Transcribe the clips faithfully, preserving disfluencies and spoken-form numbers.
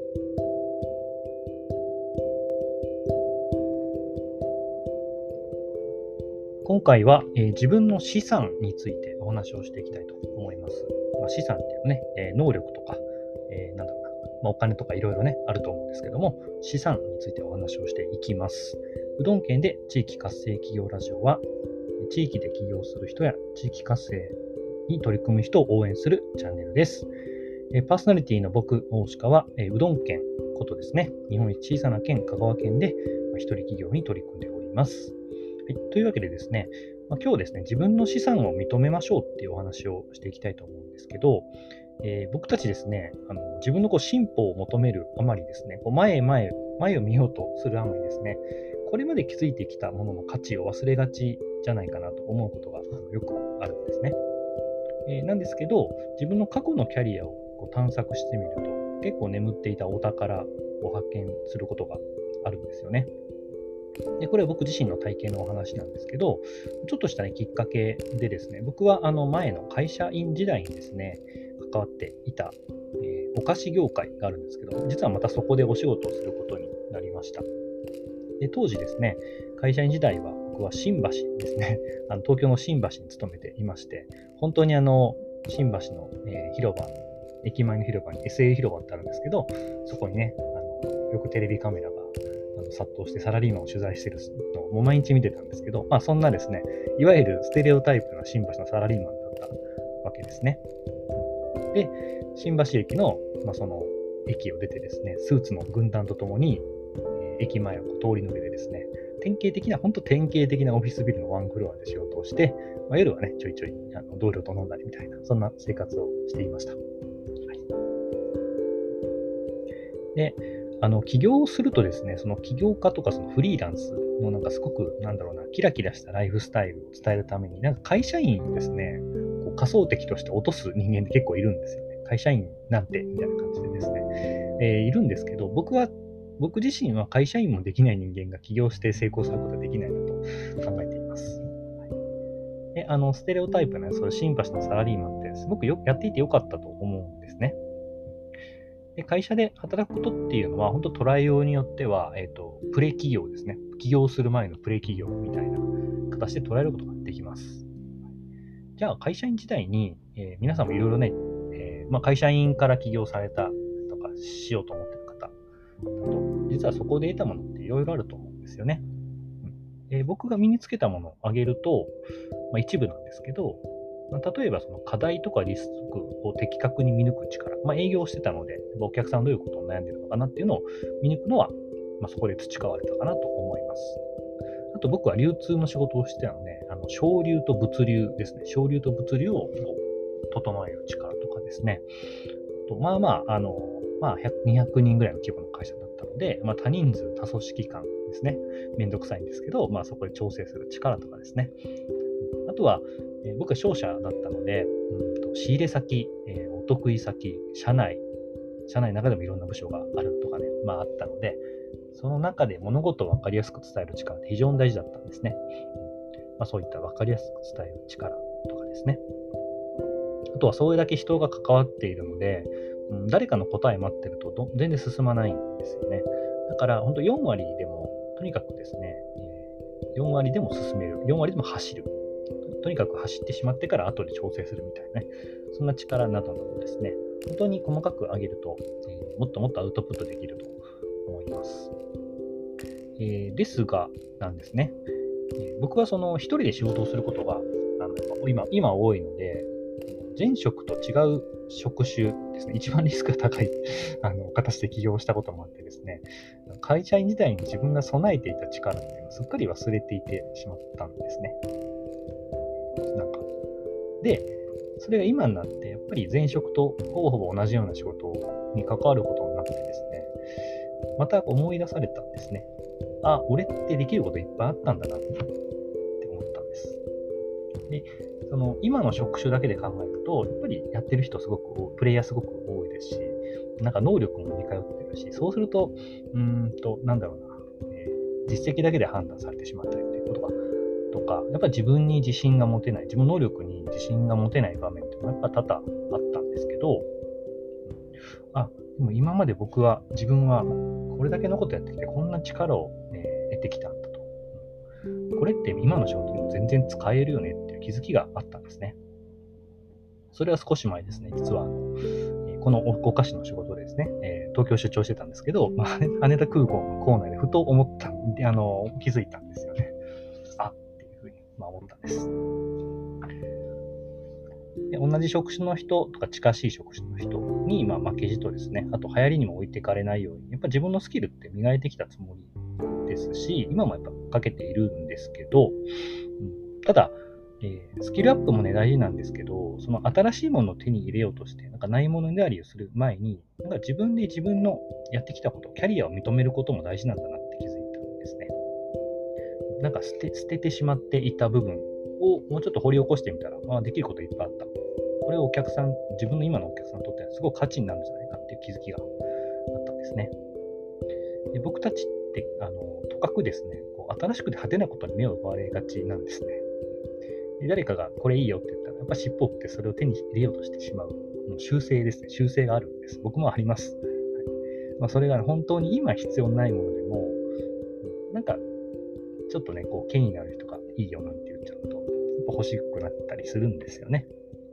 今回は、えー自分の資産についてお話をしていきたいと思います。まあ、資産っていうね、えー能力とか、えーなんだろうな、まあ、お金とかいろいろね、あると思うんですけども、資産についてお話をしていきます。うどん県で地域活性企業ラジオは、地域で起業する人や地域活性に取り組む人を応援するチャンネルです。えーパーソナリティの僕、大鹿は、えーうどん県ことですね、日本一小さな県、香川県で、まあ、一人企業に取り組んでおります。はい、というわけでですね、まあ、今日ですね、自分の資産を認めましょうっていうお話をしていきたいと思うんですけど、えー僕たちですね、あの自分のこう進歩を求めるあまりですね、こう前へ前へ、前を見ようとするあまりですね、これまで築いてきたものの価値を忘れがちじゃないかなと思うことがあのよくあるんですね。えーなんですけど、自分の過去のキャリアをこう探索してみると、結構眠っていたお宝を発見することがあるんですよね。で、これは僕自身の体験のお話なんですけど、ちょっとした、ね、きっかけでですね、僕はあの前の会社員時代にですね、関わっていた、えーお菓子業界があるんですけど、実はまたそこでお仕事をすることになりました。で、当時ですね、会社員時代は僕は新橋ですね、あの東京の新橋に勤めていまして、本当にあの、新橋の、えー広場、駅前の広場に エスエー 広場ってあるんですけど、そこにね、あのよくテレビカメラがあの殺到してサラリーマンを取材してるのをもう毎日見てたんですけど、まあそんなですね、いわゆるステレオタイプな新橋のサラリーマンだったわけですね。で、新橋駅の、まあ、その駅を出てですね、スーツの軍団とともに、えー駅前をこう通り抜けてですね、典型的な、本当典型的なオフィスビルのワンフロアで仕事をして、まあ、夜はね、ちょいちょいあの同僚と飲んだりみたいな、そんな生活をしていました。はい、で、あの起業をするとですね、その起業家とかそのフリーランスのなんかすごくなんだろうな、キラキラしたライフスタイルを伝えるために、なんか会社員をですね、こう仮想敵として落とす人間って結構いるんですよね。会社員なんてみたいな感じでですね、えーいるんですけど、僕は僕自身は会社員もできない人間が起業して成功することはできないなと考えています。はい、で、あのステレオタイプな、そういう新橋のサラリーマンってすごくよやっていてよかったと思うんですね。で、会社で働くことっていうのは、本当捉えようによっては、えっと、プレ企業ですね。起業する前のプレ企業みたいな形で捉えることができます。じゃあ、会社員時代に、えー皆さんもいろいろね、えーまあ、会社員から起業されたとかしようと思ってる方だと、実はそこで得たものっていろいろあると思うんですよね。うんえー僕が身につけたものを挙げると、まあ、一部なんですけど、まあ、例えばその課題とかリスクを的確に見抜く力、まあ、営業してたので、お客さんはどういうことを悩んでるのかなっていうのを見抜くのは、まあ、そこで培われたかなと思います。あと僕は流通の仕事をしてたので、あの省流と物流ですね。省流と物流を整える力とかですね。とまあまあ、あの、まあ、にひゃくにんぐらいの規模の会社だったので、まあ、多人数、多組織間ですね。めんどくさいんですけど、まあ、そこで調整する力とかですね。あとは、えー僕は商社だったので、うんと仕入れ先、えーお得意先、社内、社内の中でもいろんな部署があるとかね、まああったので、その中で物事を分かりやすく伝える力って非常に大事だったんですね。まあ、そういった分かりやすく伝える力とかですね。あとはそれだけ人が関わっているので、うん、誰かの答え待ってるとど全然進まないんですよね。だから本当よん割でも、とにかくですね、えーよん割でも進める、よん割でも走る。とにかく走ってしまってから後で調整するみたいなね、そんな力などなどですね、本当に細かく上げると、えーもっともっとアウトプットできると思います。えーですが、なんですね、えー僕はその一人で仕事をすることがあの今今多いので、前職と違う職種ですね、一番リスクが高いあの形で起業したこともあってですね、会社員時代に自分が備えていた力っていうのをすっかり忘れていてしまったんですね。なんかで、それが今になって、やっぱり前職とほぼほぼ同じような仕事に関わることになってですね、また思い出されたんですね。あ、俺ってできることいっぱいあったんだなって思ったんです。で、その今の職種だけで考えると、やっぱりやってる人すごく、プレイヤーすごく多いですし、なんか能力も似通ってるし、そうすると、うーんと、なんだろうな、えー実績だけで判断されてしまったりということがとか、やっぱり自分に自信が持てない、自分の能力に自信が持てない場面っていうのはやっぱ多々あったんですけど、あ、 でも今まで僕は自分はこれだけのことやってきてこんな力を、えー得てきたんだと。これって今の仕事にも全然使えるよねっていう気づきがあったんですね。それは少し前ですね、実はあの、えーこのお菓子の仕事でですね、えー東京出張してたんですけど、まあ、羽田空港の構内でふと思ったんで、あの、気づいたんですよね。あっていうふうに、まあ、思ったんです。で同じ職種の人とか近しい職種の人に、まあ、負けじとですね、あと流行りにも置いていかれないように、やっぱ自分のスキルって磨いてきたつもりですし、今もやっぱかけているんですけど、うん、ただ、えースキルアップもね、大事なんですけど、その新しいものを手に入れようとして、なんかないものねだりをする前に、なんか自分で自分のやってきたこと、キャリアを認めることも大事なんだなって気づいたんですね。なんか捨て、捨ててしまっていた部分をもうちょっと掘り起こしてみたら、まあ、できることいっぱいあった。これをお客さん、自分の今のお客さんにとってはすごく価値になるんじゃないかっていう気づきがあったんですね。で僕たちって、あの、とかくですね、こう新しくて派手なことに目を奪われがちなんですね。で誰かがこれいいよって言ったら、やっぱ尻尾を振ってそれを手に入れようとしてしまう。習性ですね。習性があるんです。僕もあります。はいまあ、それが本当に今必要ないものでも、なんか、ちょっとね、こう、権威のある人がいいよなんて言っちゃうと、やっぱ欲しくなったりするんですよね。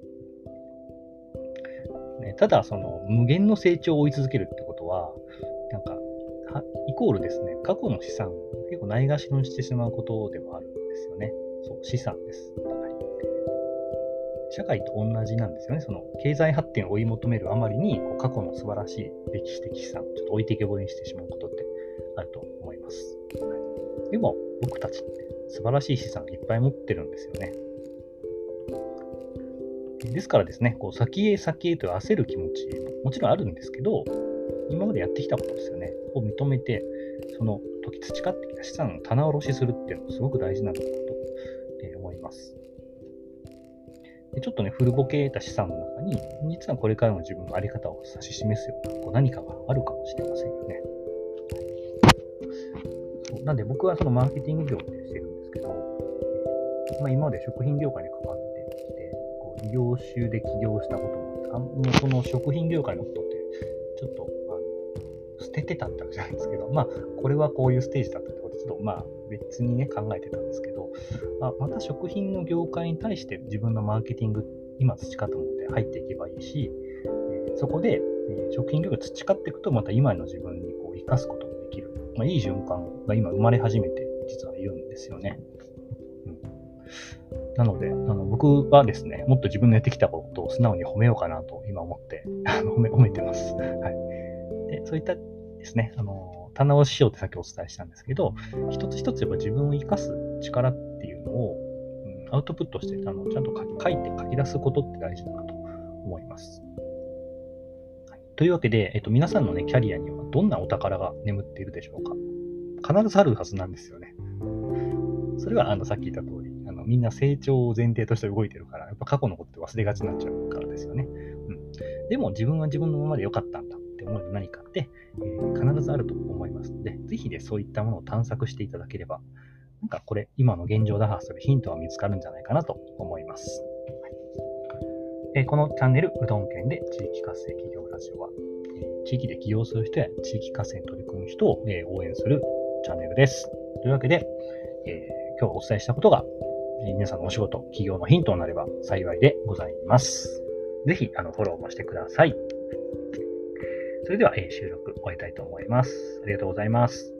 ねただ、その、無限の成長を追い続けるってことは、なんか、はイコールですね、過去の資産を結構ないがしろにしてしまうことでもあるんですよね。そう、資産です。はい社会と同じなんですよね。その経済発展を追い求めるあまりに、こう過去の素晴らしい歴史的資産をちょっと置いてけぼりにしてしまうことってあると思います。はい、でも僕たちって素晴らしい資産いっぱい持ってるんですよね。ですからですね、こう先へ先へと焦る気持ちももちろんあるんですけど、今までやってきたことですよね、を認めて、その時培ってきた資産を棚卸しするっていうのがすごく大事なんだなと思います。でちょっとね、古ぼけた資産の中に、実はこれからの自分の在り方を指し示すようなこう何かがあるかもしれませんよね。そうなんで僕はそのマーケティング業ってしてるんですけど、えーまあ、今まで食品業界に関わってきて、こう異業種で起業したこともあって、あもうその食品業界のことって、ちょっとあの捨ててたってわけじゃないんですけど、まあ、これはこういうステージだったってことで、ちょっとまあ別にね、考えてたんですけど、あまた食品の業界に対して自分のマーケティング、今培ったもので入っていけばいいし、えーそこで、えー食品業界を培っていくと、また今の自分にこう生かすこともできる、まあ、いい循環が今生まれ始めて、実はいるんですよね。うん、なので、あの僕はですね、もっと自分のやってきたことを素直に褒めようかなと今思って褒め、褒めてます。はい。で、そういったですね、あの、棚卸ししようってさっきお伝えしたんですけど、一つ一つやっぱ自分を生かす力っていうのを、うん、アウトプットして、あのちゃんと書いて書き出すことって大事だなと思います。はい、というわけで、えっと、皆さんのね、キャリアにはどんなお宝が眠っているでしょうか。必ずあるはずなんですよね。それはあのさっき言った通り、あのみんな成長を前提として動いてるから、やっぱ過去のことって忘れがちになっちゃうからですよね。うん、でも自分は自分のままで良かったんだって思う何かって、えー、必ずあると思いますので、ぜひね、そういったものを探索していただければ、なんかこれ、今の現状打破するヒントが見つかるんじゃないかなと思います。はいえー、このチャンネル、うどん県で地域活性企業ラジオは、えー、地域で起業する人や地域活性に取り組む人を、えー、応援するチャンネルです。というわけで、えー今日お伝えしたことが、皆さんのお仕事、企業のヒントになれば幸いでございます。ぜひ、あの、フォローもしてください。それでは、えー、収録終えたいと思います。ありがとうございます。